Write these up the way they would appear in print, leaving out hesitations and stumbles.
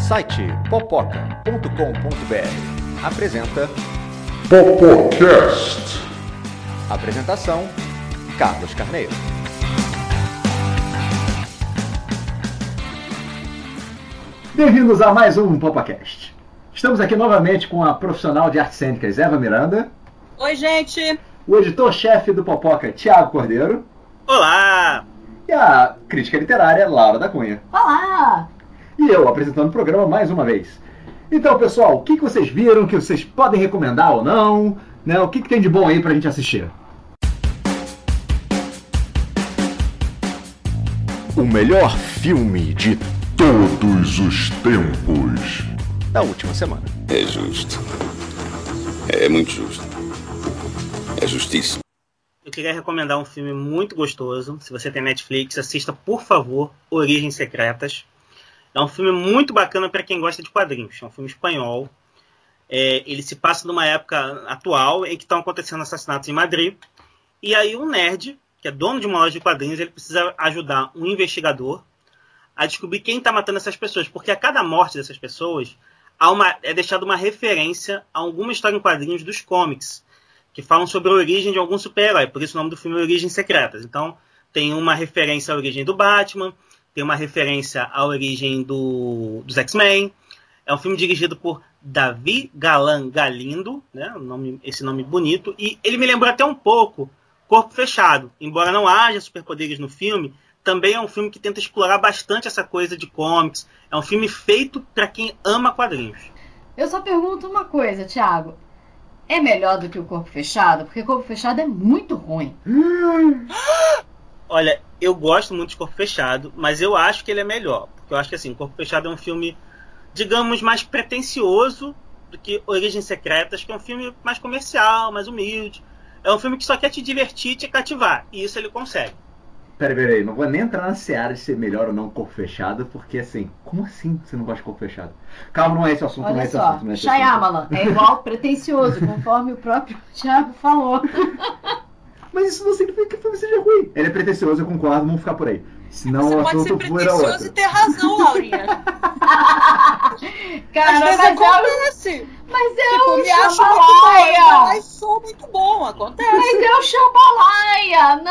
site popoca.com.br apresenta Popocast. Apresentação: Carlos Carneiro. Bem-vindos a mais um Popocast. Estamos aqui novamente com a profissional de artes cênicas Eva Miranda. Oi, gente! O editor-chefe do Popoca, Thiago Cordeiro. Olá! E a crítica literária, Laura da Cunha. Olá! E eu, apresentando o programa mais uma vez. Então, pessoal, o que vocês viram que vocês podem recomendar ou não? Né? O que tem de bom aí pra gente assistir? O melhor filme de Todos os tempos. da última semana. É justo. É muito justo. É justíssimo. Eu queria recomendar um filme muito gostoso. Se você tem Netflix, assista, por favor, Origens Secretas. É um filme muito bacana para quem gosta de quadrinhos. É um filme espanhol. Ele se passa numa época atual em que estão acontecendo assassinatos em Madrid. E aí um nerd, que é dono de uma loja de quadrinhos, ele precisa ajudar um investigador a descobrir quem está matando essas pessoas. Porque a cada morte dessas pessoas é deixada uma referência a alguma história em quadrinhos dos cómics, que falam sobre a origem de algum super-herói. Por isso o nome do filme é Origens Secretas. Então tem uma referência à origem do Batman, tem uma referência à origem dos X-Men. É um filme dirigido por David Galan Galindo, né? Esse nome bonito. E ele me lembrou até um pouco Corpo Fechado. Embora não haja superpoderes no filme, também é um filme que tenta explorar bastante essa coisa de comics. É um filme feito para quem ama quadrinhos. Eu só pergunto uma coisa, Thiago. É melhor do que o Corpo Fechado? Porque Corpo Fechado é muito ruim. Olha, eu gosto muito de Corpo Fechado, mas eu acho que ele é melhor. Porque eu acho que assim, Corpo Fechado é um filme, digamos, mais pretensioso do que Origens Secretas, que é um filme mais comercial, mais humilde. É um filme que só quer te divertir e te cativar. E isso ele consegue. Peraí, não vou nem entrar na seara de ser melhor ou não Corpo Fechado, porque assim, como assim você não gosta de Corpo Fechado? Calma, não é esse o assunto, não é Olha esse o só, assunto. Não é esse o assunto. Shyamalan é igual pretencioso, conforme o próprio Thiago falou. Mas isso não significa que o filme seja ruim. Ele é pretencioso, eu concordo, vamos ficar por aí. Senão Você o pode ser assunto vira pretencioso outro. e ter razão, Laurinha. Cara, Às vezes mas acontece. Mas é Tipo, o me acho muito bom, Shyamalan. mas sou muito bom. Acontece. Mas é o Shyamalan.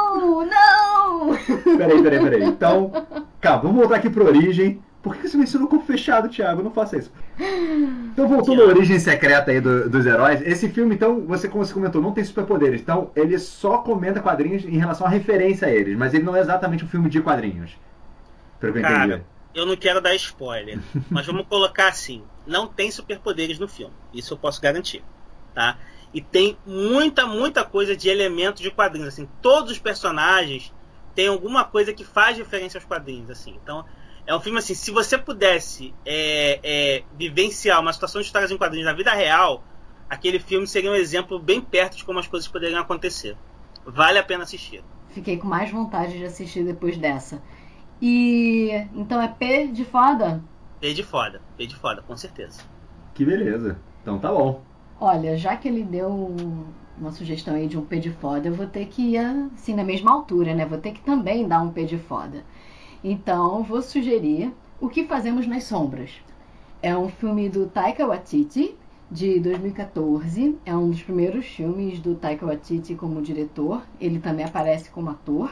Não. Peraí. Então, calma, vamos voltar aqui pro Origem. Por que você mencionou Corpo Fechado, Thiago? Não faça isso. Então, voltando à origem secreta aí dos heróis, esse filme, então, como você comentou, não tem superpoderes. Então, ele só comenta quadrinhos em relação à referência a eles, mas ele não é exatamente um filme de quadrinhos. Pelo que eu entendi. Cara, eu não quero dar spoiler, mas vamos colocar assim, não tem superpoderes no filme, isso eu posso garantir, tá? E tem muita coisa de elemento de quadrinhos, assim, todos os personagens têm alguma coisa que faz referência aos quadrinhos, assim, então é um filme assim, se você pudesse vivenciar uma situação de histórias em quadrinhos na vida real, aquele filme seria um exemplo bem perto de como as coisas poderiam acontecer. Vale a pena assistir. Fiquei com mais vontade de assistir depois dessa. E então é P de foda? P de foda, com certeza. Que beleza. Então tá bom. Olha, já que ele deu uma sugestão aí de um P de foda, eu vou ter que ir assim na mesma altura, né? Vou ter que também dar um P de foda. Então, vou sugerir O Que Fazemos nas Sombras. É um filme do Taika Waititi, de 2014. É um dos primeiros filmes do Taika Waititi como diretor. Ele também aparece como ator.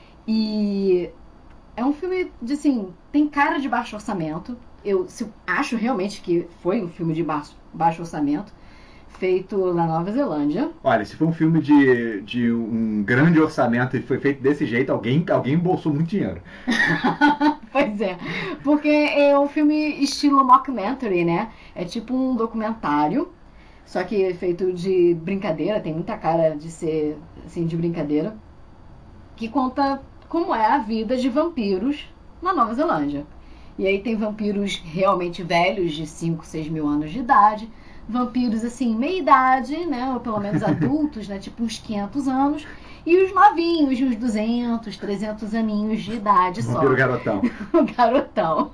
E é um filme de, assim, tem cara de baixo orçamento. Eu acho realmente que foi um filme de baixo orçamento, feito na Nova Zelândia. Olha, se foi um filme de um grande orçamento e foi feito desse jeito, alguém embolsou muito dinheiro. Pois é, porque é um filme estilo mockumentary, né? É tipo um documentário, só que é feito de brincadeira, tem muita cara de ser, assim, de brincadeira, que conta como é a vida de vampiros na Nova Zelândia. E aí tem vampiros realmente velhos, de 5, 6 mil anos de idade, vampiros, assim, meia idade, né? Ou pelo menos adultos, né? Tipo uns 500 anos. E os novinhos, uns 200, 300 aninhos de idade só. Vampiro garotão. O garotão.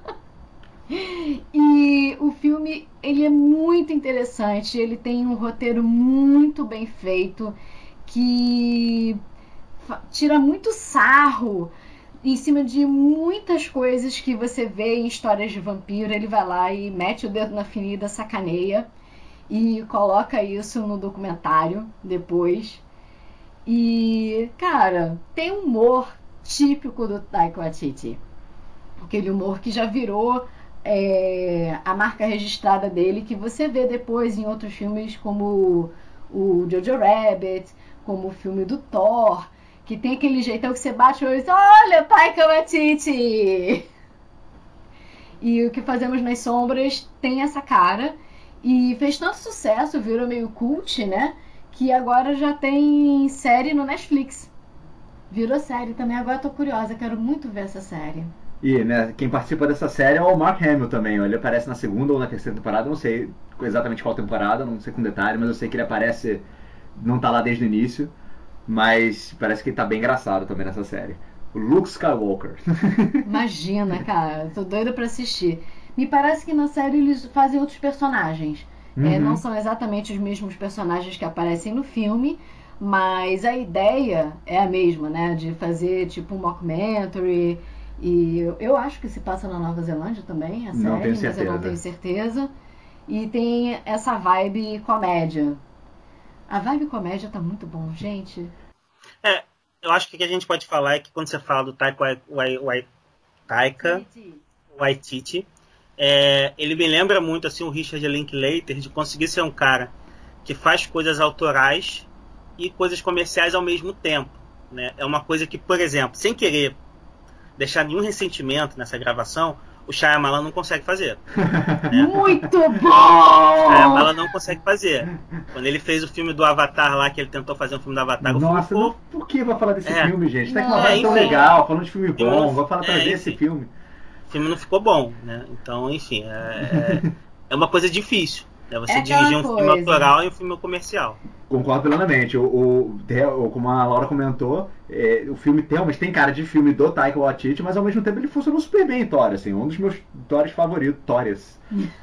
E o filme, ele é muito interessante. Ele tem um roteiro muito bem feito, que tira muito sarro em cima de muitas coisas que você vê em histórias de vampiro, ele vai lá e mete o dedo na ferida, sacaneia e coloca isso no documentário depois. E, cara, tem humor típico do Taika Waititi. Aquele humor que já virou a marca registrada dele, que você vê depois em outros filmes como o Jojo Rabbit, como o filme do Thor, que tem aquele jeitão que você bate o olho e diz, olha, Taika Waititi! E O Que Fazemos nas Sombras tem essa cara, e fez tanto sucesso, virou meio cult, né? Que agora já tem série no Netflix. Virou série também, agora eu tô curiosa, quero muito ver essa série. E, né, quem participa dessa série é o Mark Hamill também. Ele aparece na segunda ou na terceira temporada, não sei exatamente qual temporada, não sei com detalhe, mas eu sei que ele aparece, não tá lá desde o início, mas parece que ele tá bem engraçado também nessa série. O Luke Skywalker. Imagina, cara, tô doida pra assistir. Me parece que na série eles fazem outros personagens. Não são exatamente os mesmos personagens que aparecem no filme, mas a ideia é a mesma, né? De fazer tipo um mockumentary. E eu acho que se passa na Nova Zelândia também, a série, mas eu não tenho certeza. E tem essa vibe comédia. A vibe comédia tá muito bom, gente. Eu acho que o que a gente pode falar é que quando você fala do Taika Waititi, ele me lembra muito assim, o Richard Linklater, de conseguir ser um cara que faz coisas autorais e coisas comerciais ao mesmo tempo, né? É uma coisa que, por exemplo, sem querer deixar nenhum ressentimento nessa gravação, o Shyamalan não consegue fazer. Né? Muito bom! O Shyamalan não consegue fazer. Quando ele fez o filme do Avatar lá, que ele tentou fazer um filme do Avatar, nossa, não, por que vai falar desse filme, gente? Tá com uma vibe tão legal, falando de filme bom, vai falar trazer esse filme. O filme não ficou bom, né? Então, enfim, é uma coisa difícil, né? Você dirigir um filme autoral e um filme comercial. Concordo plenamente. Como a Laura comentou, o filme realmente tem cara de filme do Taika Waititi, mas ao mesmo tempo ele funcionou super bem em Thor, assim, um dos meus Thors favoritos,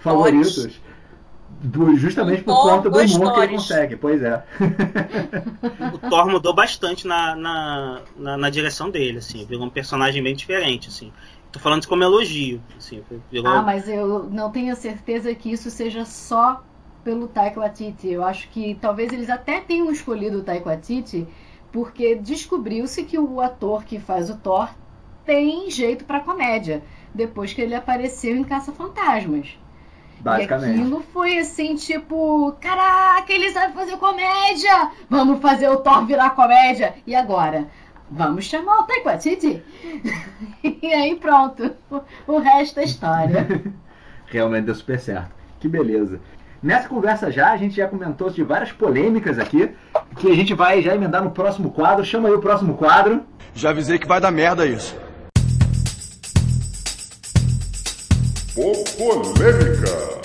justamente por conta do humor que ele consegue. Pois é. O Thor mudou bastante na direção dele, assim, virou um personagem bem diferente, assim. Tô falando isso como elogio, assim, mas eu não tenho certeza que isso seja só pelo Taika Waititi. Eu acho que talvez eles até tenham escolhido o Taika Waititi porque descobriu-se que o ator que faz o Thor tem jeito pra comédia, depois que ele apareceu em Caça-Fantasmas. Basicamente. E aquilo foi assim, tipo, caraca, ele sabe fazer comédia! Vamos fazer o Thor virar comédia! E agora? Vamos chamar o Taika Waititi? E aí pronto, o resto é história. Realmente deu super certo. Que beleza. Nessa conversa a gente já comentou de várias polêmicas aqui, que a gente vai já emendar no próximo quadro. Chama aí o próximo quadro. Já avisei que vai dar merda isso. Polêmica.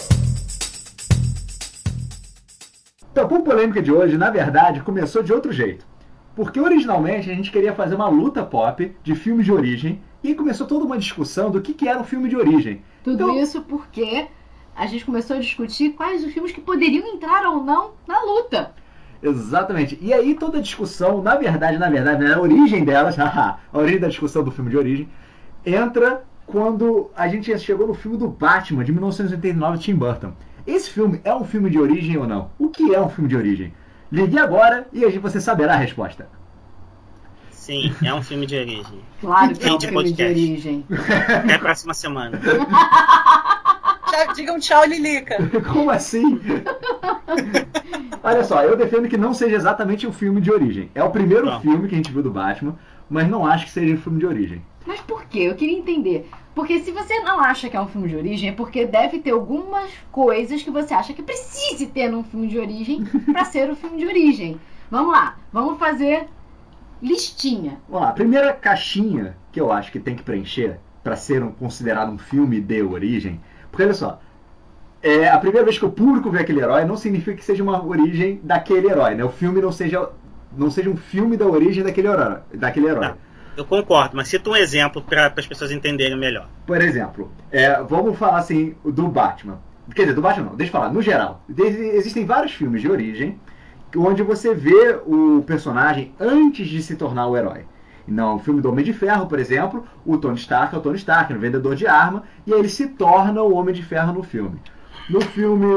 Então, a polêmica de hoje, na verdade, começou de outro jeito. Porque originalmente a gente queria fazer uma luta pop de filmes de origem e começou toda uma discussão do que era um filme de origem. Tudo isso porque a gente começou a discutir quais os filmes que poderiam entrar ou não na luta. Exatamente. E aí toda a discussão, na verdade, a origem delas, a origem da discussão do filme de origem, entra quando a gente chegou no filme do Batman, de 1989, Tim Burton. Esse filme é um filme de origem ou não? O que é um filme de origem? Ligue agora e aí você saberá a resposta. Sim, é um filme de origem. Claro que é um filme de origem. Até a próxima semana. Diga um tchau, Lilica. Como assim? Olha só, eu defendo que não seja exatamente um filme de origem. É o primeiro filme que a gente viu do Batman, mas não acho que seja um filme de origem. Mas por quê? Eu queria entender. Porque se você não acha que é um filme de origem, é porque deve ter algumas coisas que você acha que precise ter num filme de origem para ser um filme de origem. Vamos lá, vamos fazer listinha. Vamos lá, a primeira caixinha que eu acho que tem que preencher para ser considerado um filme de origem, porque olha só, a primeira vez que o público vê aquele herói não significa que seja uma origem daquele herói, né? O filme não seja um filme da origem daquele herói. Não. Eu concordo, mas cita um exemplo para as pessoas entenderem melhor. Por exemplo, vamos falar assim do Batman. Quer dizer, do Batman não, deixa eu falar, no geral. Existem vários filmes de origem onde você vê o personagem antes de se tornar o herói. Não, o filme do Homem de Ferro, por exemplo, o Tony Stark é o Tony Stark, um vendedor de arma, e aí ele se torna o Homem de Ferro no filme. No filme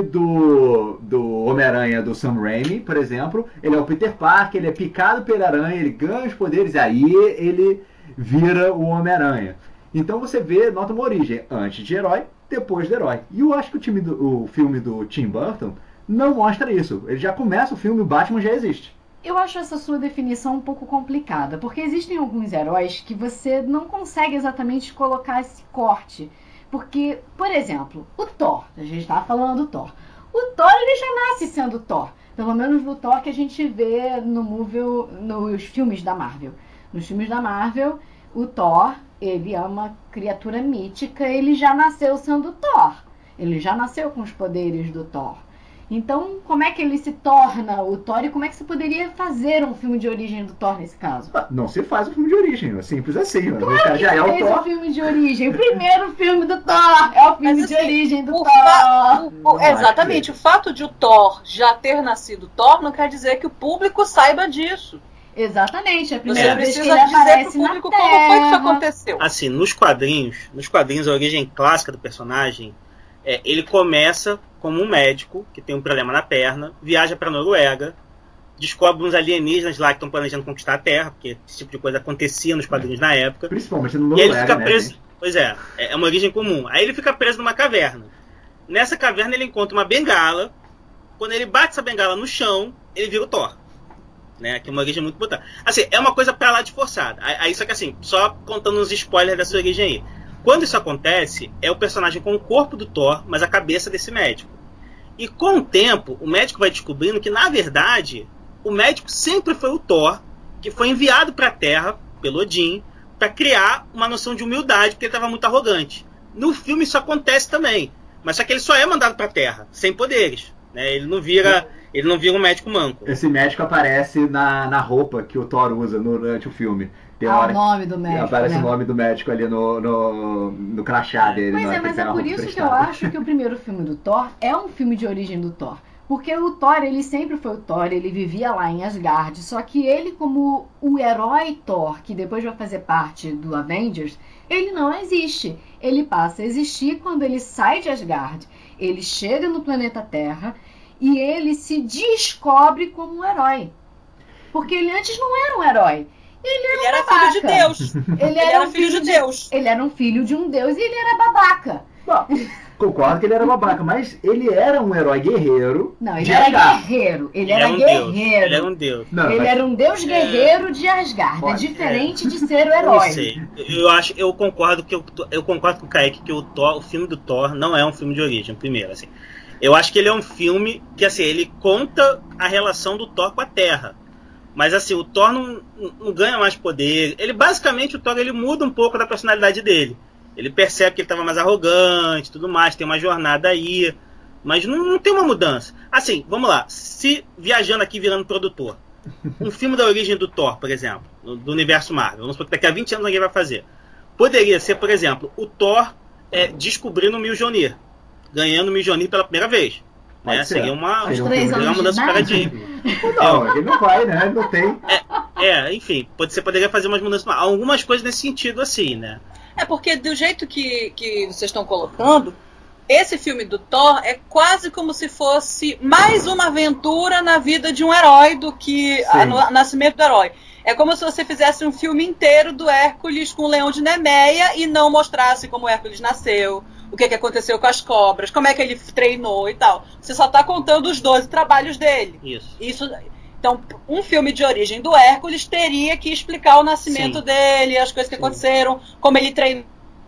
do Homem-Aranha do Sam Raimi, por exemplo, ele é o Peter Parker, ele é picado pela aranha, ele ganha os poderes, aí ele vira o Homem-Aranha. Então você nota uma origem antes de herói, depois do herói. E eu acho que o filme do Tim Burton não mostra isso. Ele já começa o filme, o Batman já existe. Eu acho essa sua definição um pouco complicada, porque existem alguns heróis que você não consegue exatamente colocar esse corte. Porque, por exemplo, o Thor, a gente estava falando do Thor. O Thor, ele já nasce sendo Thor. Pelo menos no Thor que a gente vê nos filmes da Marvel. Nos filmes da Marvel, o Thor, ele é uma criatura mítica, ele já nasceu sendo Thor. Ele já nasceu com os poderes do Thor. Então, como é que ele se torna o Thor e como é que você poderia fazer um filme de origem do Thor nesse caso? Não se faz um filme de origem, é simples assim. Claro o cara já é o fez Thor. O filme de origem. O primeiro filme do Thor é o filme de origem do Thor. Exatamente. O fato de o Thor já ter nascido Thor não quer dizer que o público saiba disso. Exatamente. A primeira vez que ele dizer aparece pro na público Terra. como foi que isso aconteceu. Assim, nos quadrinhos, a origem clássica do personagem ele começa como um médico que tem um problema na perna, viaja para Noruega, descobre uns alienígenas lá que estão planejando conquistar a Terra, porque esse tipo de coisa acontecia nos quadrinhos na época. Principalmente no Noruega, e ele fica né, preso. Gente? Pois é uma origem comum. Aí ele fica preso numa caverna. Nessa caverna ele encontra uma bengala. Quando ele bate essa bengala no chão, ele vira o Thor. Né, que é uma origem muito botada. Assim, é uma coisa pra lá de forçada. Aí, só que assim, só contando uns spoilers dessa origem aí. Quando isso acontece, é o personagem com o corpo do Thor, mas a cabeça desse médico. E com o tempo, o médico vai descobrindo que, na verdade, o médico sempre foi o Thor, que foi enviado pra Terra, pelo Odin, pra criar uma noção de humildade, porque ele estava muito arrogante. No filme isso acontece também, mas só que ele só é mandado pra Terra, sem poderes. Né? Ele não vira um médico manco. Esse médico aparece na roupa que o Thor usa durante o filme. Tem o nome do médico. Aparece né? o nome do médico ali no crachá dele. Pois é, mas é por isso que eu acho que o primeiro filme do Thor é um filme de origem do Thor. Porque o Thor, ele sempre foi o Thor, ele vivia lá em Asgard. Só que ele, como o herói Thor, que depois vai fazer parte do Avengers, ele não existe. Ele passa a existir quando ele sai de Asgard. Ele chega no planeta Terra e ele se descobre como um herói. Porque ele antes não era um herói. Ele era filho de Deus. Ele era filho de Deus. Ele era um filho de um Deus e ele era babaca. Bom, concordo que ele era babaca, mas ele era um herói guerreiro. Não, ele era guerreiro. Ele era guerreiro. Ele era um deus. Não, ele era um deus guerreiro de Asgard. É diferente de ser o herói. Não sei. Eu concordo com o Kaique que o filme do Thor não é um filme de origem, primeiro, assim. Eu acho que ele é um filme que, assim, ele conta a relação do Thor com a Terra. Mas, assim, o Thor não ganha mais poder. Basicamente, o Thor, ele muda um pouco da personalidade dele. Ele percebe que ele estava mais arrogante, tudo mais, tem uma jornada aí. Mas não tem uma mudança. Assim, vamos lá. Se viajando aqui, virando produtor. Um filme da origem do Thor, por exemplo, do universo Marvel. Vamos supor que daqui a 20 anos alguém vai fazer. Poderia ser, por exemplo, o Thor descobrindo o Mjolnir. Ganhando o Mjolnir pela primeira vez. Né? Seria uma mudança de paradigma. Não, ele não vai, né? Não tem. Enfim, você poderia fazer umas mudanças. Algumas coisas nesse sentido, assim, né? É porque do jeito que vocês estão colocando, esse filme do Thor é quase como se fosse mais uma aventura na vida de um herói do que o nascimento do herói. É como se você fizesse um filme inteiro do Hércules com o Leão de Nemeia e não mostrasse como o Hércules nasceu, o que aconteceu com as cobras, como é que ele treinou e tal. Você só está contando os 12 trabalhos dele. Isso. Então, um filme de origem do Hércules teria que explicar o nascimento dele, as coisas que aconteceram, como ele treinou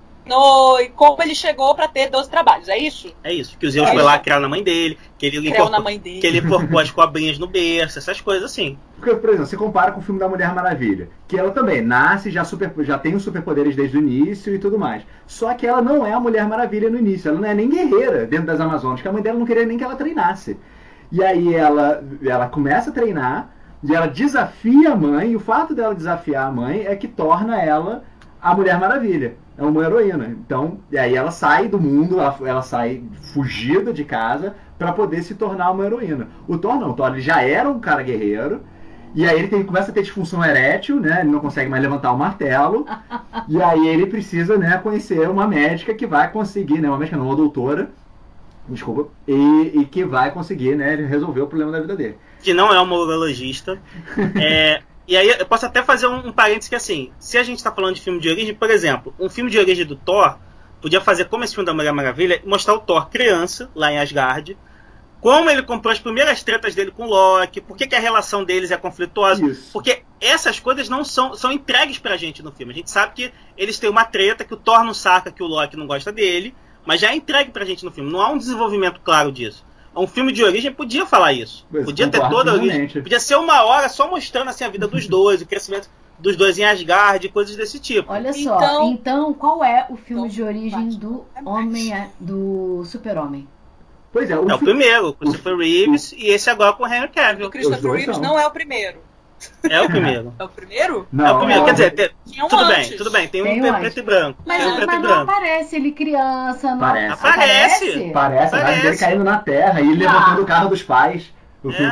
e como ele chegou para ter 12 trabalhos. É isso? É isso. Que o Zeus foi lá criar na mãe dele, que ele incorporou as cobrinhas no berço, essas coisas assim. Porque, por exemplo, você compara com o filme da Mulher Maravilha, que ela também nasce, já tem os superpoderes desde o início e tudo mais. Só que ela não é a Mulher Maravilha no início, ela não é nem guerreira dentro das Amazonas, que a mãe dela não queria nem que ela treinasse. E aí ela começa a treinar, e ela desafia a mãe, e o fato dela desafiar a mãe é que torna ela a Mulher Maravilha. É uma heroína. Então, e aí ela sai do mundo, ela sai fugida de casa para poder se tornar uma heroína. O Thor não, o Thor ele já era um cara guerreiro, E aí ele começa a ter disfunção erétil, né? Ele não consegue mais levantar o martelo. E aí ele precisa, né, conhecer uma médica que vai conseguir, né? Uma médica não, uma doutora, desculpa, e que vai conseguir, né, resolver o problema da vida dele. Que não é uma urologista. E aí eu posso até fazer um parênteses que assim, se a gente está falando de filme de origem, por exemplo, um filme de origem do Thor podia fazer como esse filme da Mulher Maravilha, mostrar o Thor criança, lá em Asgard, como ele comprou as primeiras tretas dele com o Loki, por que a relação deles é conflituosa. Isso. Porque essas coisas não são entregues pra gente no filme. A gente sabe que eles têm uma treta, que o Thor não saca que o Loki não gosta dele, mas já é entregue pra gente no filme. Não há um desenvolvimento claro disso. Um filme de origem podia falar isso. Mas podia ter toda a origem. Podia ser 1 hora só mostrando assim, a vida dos dois, o crescimento dos dois em Asgard, coisas desse tipo. Olha só, então qual é o filme de origem do do Super-Homem? Pois é, o primeiro, com o Christopher Reeves, e esse agora com o Henry Cavill. O Christopher Reeves não é o primeiro. É o primeiro. É o primeiro? Não, é o primeiro. Quer dizer, tudo bem, tem um antes. preto e branco. Mas, tem um preto mas e não branco. aparece ele criança, não Aparece. Parece, a imagem dele caindo na terra e ele levantando o carro dos pais. O filme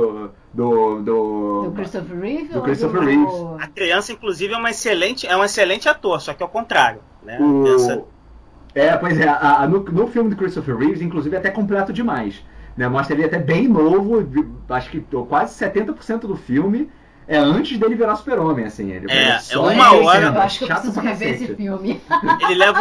do Christopher Reeve? Do Christopher Reeves. A criança, inclusive, é um excelente ator, só que é o contrário. Né? Pois é, no filme do Christopher Reeves, inclusive, é até completo demais. Né? Mostra ele até bem novo, acho que quase 70% do filme é antes dele virar Super-Homem, assim. Ele é 1 hora. Eu acho que eu preciso rever esse filme. Ele leva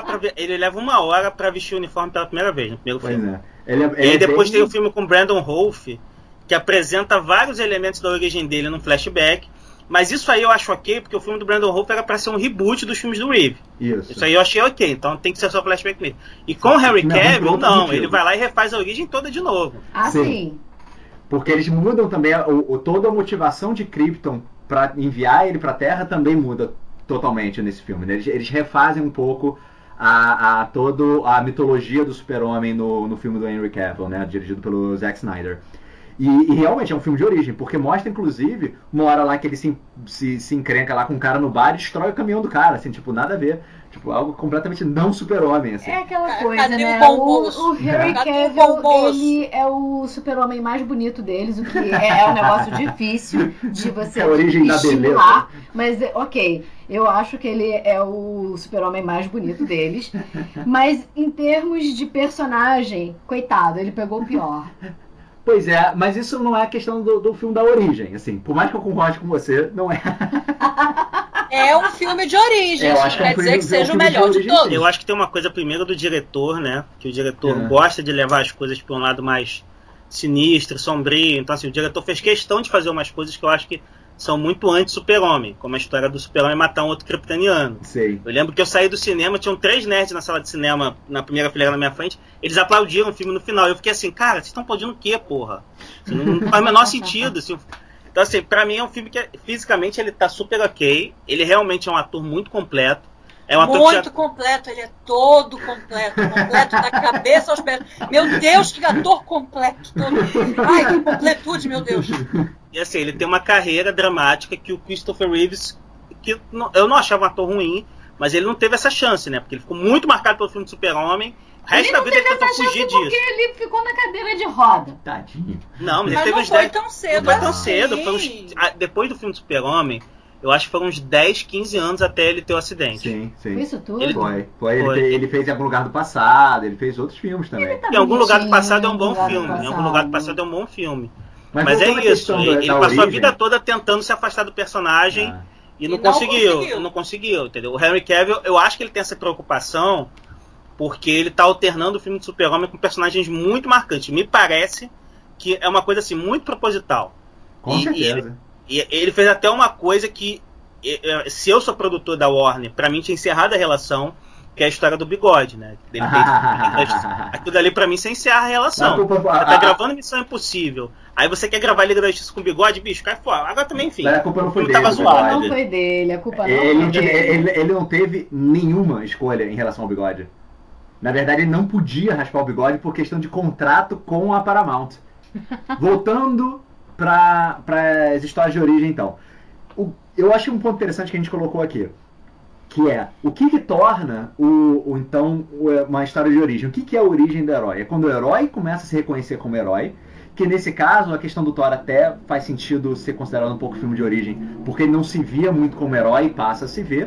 1 hora pra vestir o uniforme pela primeira vez, no primeiro filme. É. E aí depois tem o filme com Brandon Routh, que apresenta vários elementos da origem dele num flashback. Mas isso aí eu acho ok, porque o filme do Brandon Routh era pra ser um reboot dos filmes do Reeve. Isso aí eu achei ok, então tem que ser só flashback mesmo. E com o Harry Cavill, não, ele vai lá e refaz a origem toda de novo. Ah, sim. Porque eles mudam também, toda a motivação de Krypton pra enviar ele pra Terra também muda totalmente nesse filme. Né? Eles refazem um pouco toda a mitologia do Super-Homem no filme do Henry Cavill, né? Dirigido pelo Zack Snyder. E realmente é um filme de origem, porque mostra, inclusive, uma hora lá que ele se encrenca lá com um cara no bar e destrói o caminhão do cara, assim, tipo, nada a ver. Tipo, algo completamente não Super-Homem, assim. É aquela coisa, né? O Harry Cavill, ele é o Super-Homem mais bonito deles, o que é um negócio difícil de você estimular. Mas, ok, eu acho que ele é o Super-Homem mais bonito deles. Mas, em termos de personagem, coitado, ele pegou o pior. Pois é, mas isso não é a questão do filme da origem, assim. Por mais que eu concorde com você, não é. É um filme de origem, isso quer dizer que seja o melhor de todos. Eu acho que tem uma coisa primeiro do diretor, né? Que o diretor gosta de levar as coisas para um lado mais sinistro, sombrio. Então, assim, o diretor fez questão de fazer umas coisas que eu acho que são muito anti-Super-Homem, como a história do Super-Homem matar um outro kryptoniano. Sei. Eu lembro que eu saí do cinema, tinham 3 nerds na sala de cinema, na primeira fileira na minha frente, eles aplaudiram o filme no final. Eu fiquei assim, cara, vocês estão aplaudindo o quê, porra? Isso não faz o menor sentido. Assim. Então, assim, pra mim é um filme que fisicamente ele tá super ok, ele realmente é um ator muito completo. É um ator muito completo, ele é todo completo da cabeça aos pés. Meu Deus, que ator completo! Ai, que completude, meu Deus! E assim, ele tem uma carreira dramática que o Christopher Reeves, que eu não achava um ator ruim, mas ele não teve essa chance, né? Porque ele ficou muito marcado pelo filme do Super-Homem. O resto da vida ele tentou fugir disso. Porque ele ficou na cadeira de roda. Tadinho. Não, mas ele teve não uns foi 10... tão cedo. Não foi tão cedo. Depois do filme do Super-Homem, eu acho que foram uns 10, 15 anos até ele ter o acidente. Sim. Foi isso tudo? Foi. Ele fez Em Algum Lugar do Passado, ele fez outros filmes também. Em Algum Lugar do Passado é um bom filme. Em Algum Lugar do Passado é um bom filme. Mas é isso, ele passou a vida toda tentando se afastar do personagem e não conseguiu, entendeu? O Henry Cavill, eu acho que ele tem essa preocupação porque ele tá alternando o filme de Super-Homem com personagens muito marcantes. Me parece que é uma coisa assim, muito proposital. Com certeza. E ele fez até uma coisa que, se eu sou produtor da Warner, pra mim tinha encerrado a relação, que é a história do bigode, né? Ele fez, aquilo ali pra mim você encerra a relação. Você tá gravando Missão Impossível, aí você quer gravar Liga da Justiça com bigode, bicho, cai fora. Agora também, enfim. A culpa não foi dele. A culpa não foi dele, a culpa não foi dele. Ele não teve nenhuma escolha em relação ao bigode. Na verdade, ele não podia raspar o bigode por questão de contrato com a Paramount. Voltando para as histórias de origem, então. Eu acho um ponto interessante que a gente colocou aqui, que é o que torna uma história de origem. O que é a origem do herói? É quando o herói começa a se reconhecer como herói que nesse caso a questão do Thor até faz sentido ser considerado um pouco filme de origem, porque ele não se via muito como herói e passa a se ver,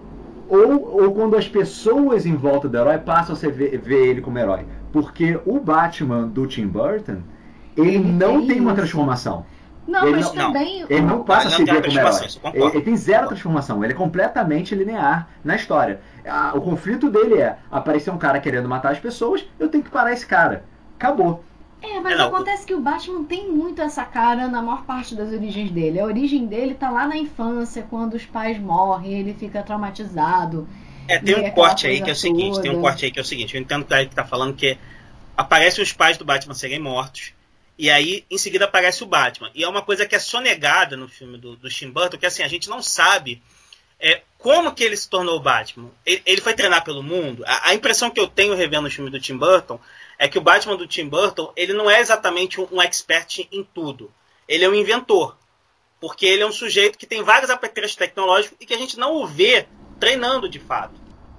ou quando as pessoas em volta do herói passam a ver ele como herói, porque o Batman do Tim Burton, ele não tem uma transformação. Não, ele mas também... Ele não passa a se ver como herói. Ele tem zero Concordo. transformação. Ele é completamente linear na história. O conflito dele é aparecer um cara querendo matar as pessoas, eu tenho que parar esse cara. Acabou. Mas acontece que o Batman tem muito essa cara na maior parte das origens dele. A origem dele tá lá na infância, quando os pais morrem, ele fica traumatizado. Tem um corte aí que é o seguinte, eu entendo que tá falando que aparecem os pais do Batman serem mortos, e aí em seguida aparece o Batman. E é uma coisa que é sonegada no filme do Tim Burton, que assim, a gente não sabe como que ele se tornou o Batman. Ele foi treinar pelo mundo. A impressão que eu tenho revendo o filme do Tim Burton é que o Batman do Tim Burton, ele não é exatamente um expert em tudo. Ele é um inventor. Porque ele é um sujeito que tem vários apetrechos tecnológicos e que a gente não o vê treinando de fato.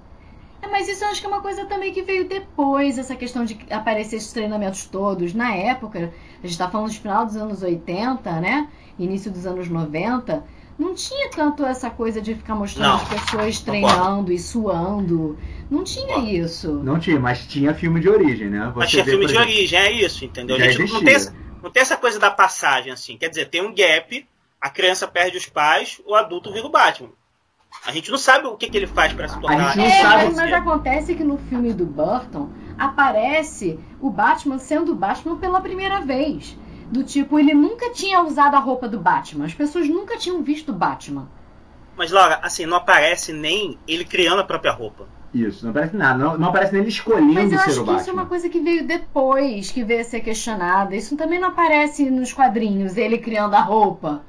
Mas isso eu acho que é uma coisa também que veio depois, essa questão de aparecer esses treinamentos todos. Na época, a gente tá falando do final dos anos 80, né? Início dos anos 90, não tinha tanto essa coisa de ficar mostrando as pessoas treinando e suando. Não tinha isso. Não tinha, mas tinha filme de origem, né? Mas tinha filme de origem, é isso, entendeu? A gente não tem essa coisa da passagem, assim. Quer dizer, tem um gap, a criança perde os pais, o adulto vira o Batman. A gente não sabe o que ele faz para se tornar. Mas acontece que no filme do Burton aparece o Batman sendo o Batman pela primeira vez. Do tipo, ele nunca tinha usado a roupa do Batman. As pessoas nunca tinham visto o Batman. Mas, Laura, assim, não aparece nem ele criando a própria roupa. Isso, não aparece nada. Não aparece nem ele escolhendo ser o Batman. Mas eu acho que isso é uma coisa que veio depois, que veio a ser questionada. Isso também não aparece nos quadrinhos, ele criando a roupa.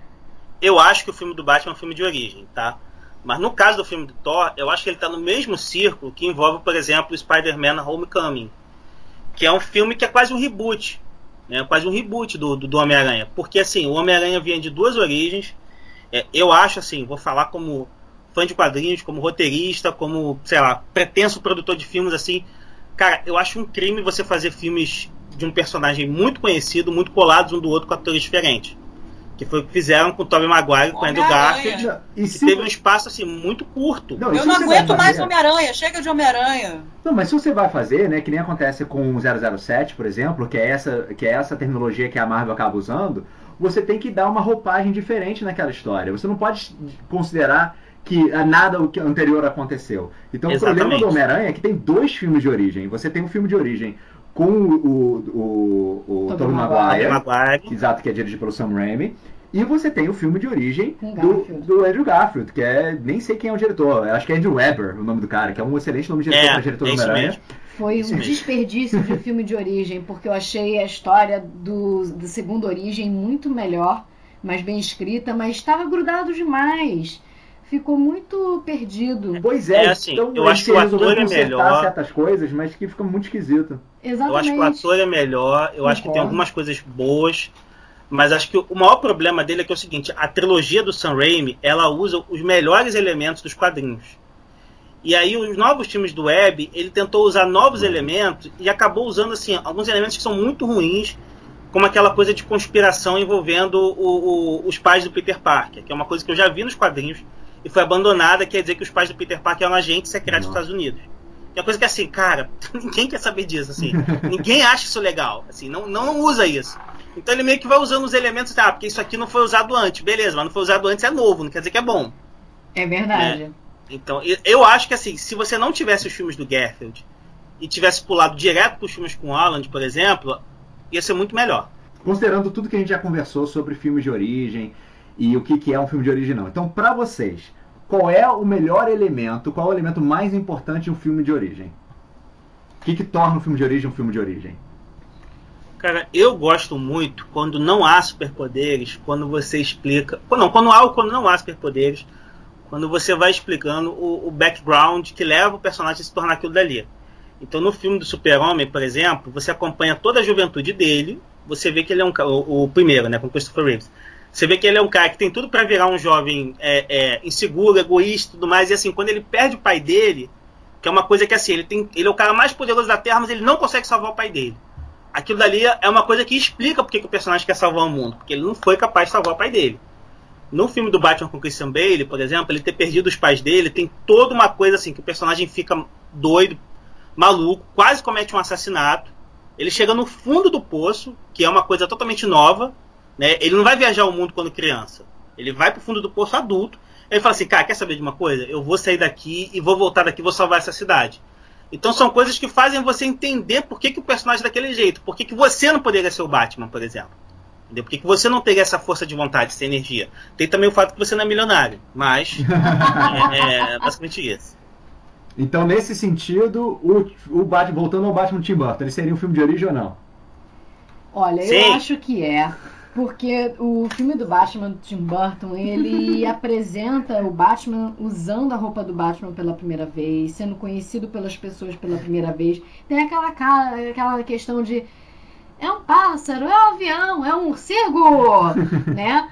Eu acho que o filme do Batman é um filme de origem, tá? Mas no caso do filme do Thor, eu acho que ele está no mesmo círculo que envolve, por exemplo, o Spider-Man Homecoming, que é um filme que é quase um reboot, né? Quase um reboot do Homem-Aranha. Porque assim, o Homem-Aranha vinha de duas origens. Eu acho assim, vou falar como fã de quadrinhos, como roteirista, como, sei lá, pretenso produtor de filmes, assim. Cara, eu acho um crime você fazer filmes de um personagem muito conhecido, muito colados um do outro com atores diferentes. Que foi o que fizeram com o Tobey Maguire, com o Andrew Garfield, que teve um espaço assim muito curto. Eu não aguento mais Homem-Aranha, chega de Homem-Aranha. Não, mas se você vai fazer, né, que nem acontece com o 007, por exemplo, que é essa terminologia que a Marvel acaba usando, você tem que dar uma roupagem diferente naquela história. Você não pode considerar que nada o que anterior aconteceu. Então o problema do Homem-Aranha é que tem dois filmes de origem. Você tem um filme de origem com o Tobey Maguire, exato, que é dirigido pelo Sam Raimi, e você tem o filme de origem do Andrew Garfield, que nem sei quem é o diretor, acho que é Andrew Webber, o nome do cara, que é um excelente nome de diretor para diretor do Homem-Aranha. Foi um desperdício de filme de origem, porque eu achei a história do segundo origem muito melhor, mais bem escrita, mas estava grudado demais. Ficou muito perdido. Pois é, assim, então, eu acho que o ator é melhor. Certas coisas, mas que fica muito esquisito. Exatamente. Eu acho que o ator é melhor, eu acho que tem algumas coisas boas, mas acho que o maior problema dele é que é o seguinte, a trilogia do Sam Raimi, ela usa os melhores elementos dos quadrinhos. E aí os novos filmes do Webb, ele tentou usar novos elementos e acabou usando assim alguns elementos que são muito ruins, como aquela coisa de conspiração envolvendo os pais do Peter Parker, que é uma coisa que eu já vi nos quadrinhos, e foi abandonada, quer dizer que os pais do Peter Parker eram agentes secretos dos Estados Unidos. É uma coisa que assim, cara, ninguém quer saber disso, assim. Ninguém acha isso legal, assim, não usa isso. Então ele meio que vai usando os elementos, porque isso aqui não foi usado antes, beleza, mas não foi usado antes é novo, não quer dizer que é bom. É verdade. Então, eu acho que assim, se você não tivesse os filmes do Garfield e tivesse pulado direto para os filmes com o Holland, por exemplo, ia ser muito melhor. Considerando tudo que a gente já conversou sobre filmes de origem e o que é um filme de origem não. Então, pra vocês, qual é o melhor elemento, qual é o elemento mais importante em um filme de origem? O que torna um filme de origem um filme de origem? Cara, eu gosto muito quando não há superpoderes, quando você explica... Quando há ou quando não há superpoderes, quando você vai explicando o background que leva o personagem a se tornar aquilo dali. Então, no filme do Super-Homem, por exemplo, você acompanha toda a juventude dele, você vê que ele é o primeiro, né, com Christopher Reeves. Você vê que ele é um cara que tem tudo pra virar um jovem inseguro, egoísta e tudo mais. E assim, quando ele perde o pai dele, que é uma coisa que assim, ele é o cara mais poderoso da Terra, mas ele não consegue salvar o pai dele. aquilo dali é uma coisa que explica porque que o personagem quer salvar o mundo. Porque ele não foi capaz de salvar o pai dele. No filme do Batman com Christian Bale, por exemplo, ele ter perdido os pais dele, tem toda uma coisa assim, que o personagem fica doido, maluco, quase comete um assassinato. Ele chega no fundo do poço, que é uma coisa totalmente nova, né? Ele não vai viajar o mundo quando criança. Ele vai pro fundo do poço adulto. Ele fala assim, cara, quer saber de uma coisa? Eu vou sair daqui e vou voltar daqui e vou salvar essa cidade. Então são coisas que fazem você entender por que o personagem é daquele jeito. Por que você não poderia ser o Batman, por exemplo. Entendeu? Por que você não teria essa força de vontade, essa energia. Tem também o fato que você não é milionário. Mas é basicamente isso. Então, nesse sentido, o Batman, voltando ao Batman Tim Burton, ele seria um filme de origem ou não? Olha, Sim. eu acho que é. Porque o filme do Batman do Tim Burton, ele apresenta o Batman usando a roupa do Batman pela primeira vez, sendo conhecido pelas pessoas pela primeira vez. Tem aquela questão de é um pássaro, é um avião, é um morcego, né?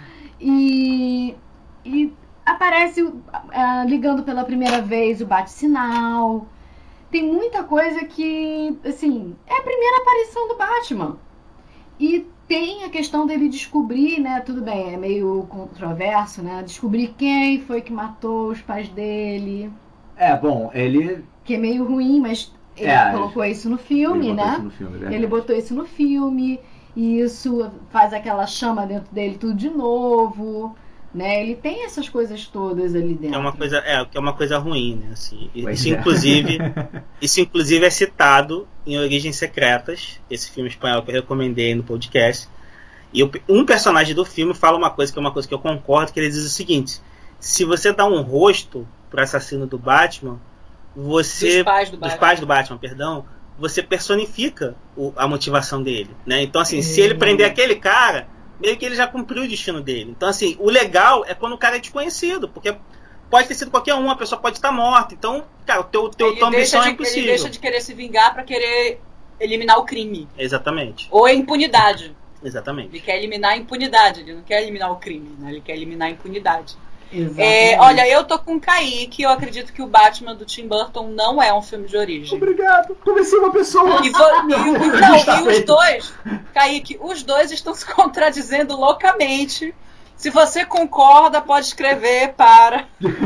E aparece ligando pela primeira vez o bate-sinal. Tem muita coisa que, assim, é a primeira aparição do Batman. E tem a questão dele descobrir, né? Tudo bem, é meio controverso, né? Descobrir quem foi que matou os pais dele. Bom, ele... Que é meio ruim, mas ele colocou isso no filme, né? Ele botou isso no filme. E isso faz aquela chama dentro dele tudo de novo, né? Ele tem essas coisas todas ali dentro. Que é uma coisa ruim, né? Assim, isso inclusive é citado em Origens Secretas, esse filme espanhol que eu recomendei no podcast. E um personagem do filme fala uma coisa que eu concordo, que ele diz o seguinte: se você dá um rosto pro assassino do Batman, dos pais do Batman, perdão, você personifica a motivação dele, né? Então, assim, se ele prender aquele cara, meio que ele já cumpriu o destino dele. Então, assim, o legal é quando o cara é desconhecido, porque pode ter sido qualquer um, a pessoa pode estar morta. Então, cara, tua ambição é impossível. Ele deixa de querer se vingar pra querer eliminar o crime. Exatamente. Ou a impunidade. Exatamente. Ele quer eliminar a impunidade, ele não quer eliminar o crime, né? Ele quer eliminar a impunidade. Olha, eu tô com o Kaique, eu acredito que o Batman do Tim Burton não é um filme de origem. Obrigado, comecei uma pessoa. E os dois, Kaique, os dois estão se contradizendo loucamente. Se você concorda, pode escrever para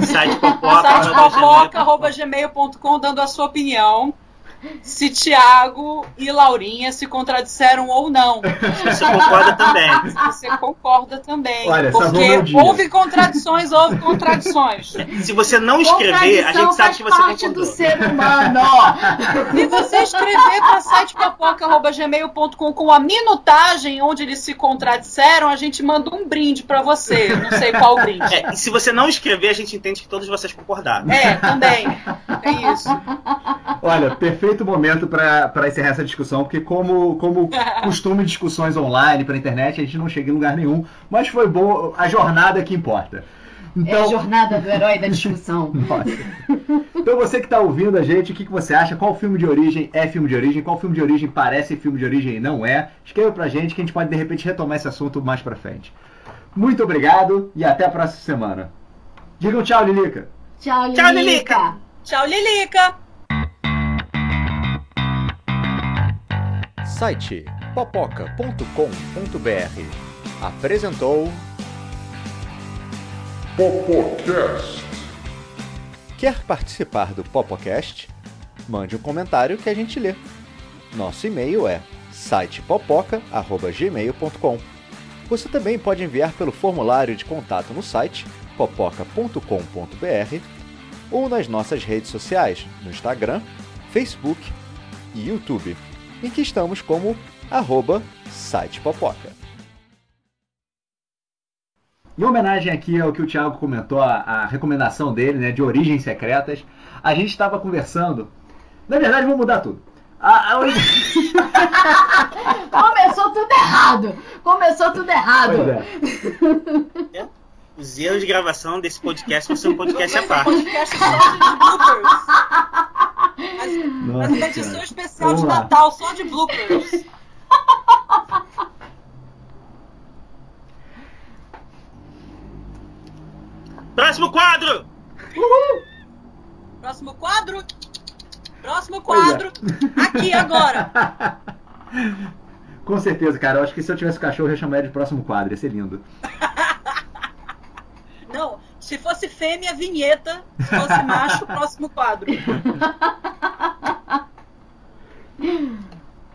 sitepopoca@gmail.com dando a sua opinião. Se Thiago e Laurinha se contradisseram ou não. Você concorda também. Você concorda também. Olha, porque houve contradições. Se você não escrever, a gente sabe que você parte do ser humano. Se você escrever para sitepopoca@gmail.com com a minutagem onde eles se contradisseram, a gente manda um brinde para você. Eu não sei qual brinde. E se você não escrever, a gente entende que todos vocês concordaram. Também. É isso. Olha, perfeito momento para encerrar essa discussão, porque como costume de discussões online, pela internet, a gente não chega em lugar nenhum, mas foi bom, a jornada que importa. Então... É a jornada do herói da discussão. Nossa. Então você que está ouvindo a gente, o que você acha? Qual filme de origem é filme de origem? Qual filme de origem parece filme de origem e não é? Escreva pra gente que a gente pode de repente retomar esse assunto mais pra frente. Muito obrigado e até a próxima semana. Digam tchau, Lilica. Tchau, Lilica. Tchau, Lilica. Site popoca.com.br apresentou Popocast. Quer participar do Popocast? Mande um comentário que a gente lê. Nosso e-mail é sitepopoca@gmail.com. Você também pode enviar pelo formulário de contato no site popoca.com.br ou nas nossas redes sociais, no Instagram, Facebook e YouTube, em que estamos como @sitepopoca. Em homenagem aqui ao que o Thiago comentou, a recomendação dele, né, de Origens Secretas, a gente estava conversando. Na verdade, vamos mudar tudo. Começou tudo errado. Pois é. Os erros de gravação desse podcast vão ser um podcast à parte. Podcast só de bloopers. Mas uma edição especial de Natal só de bloopers. Próximo quadro! Próximo quadro! Aqui, agora! Com certeza, cara. Eu acho que se eu tivesse cachorro, eu ia chamar ele de próximo quadro. Ia ser lindo. Não, se fosse fêmea, vinheta. Se fosse macho, próximo quadro.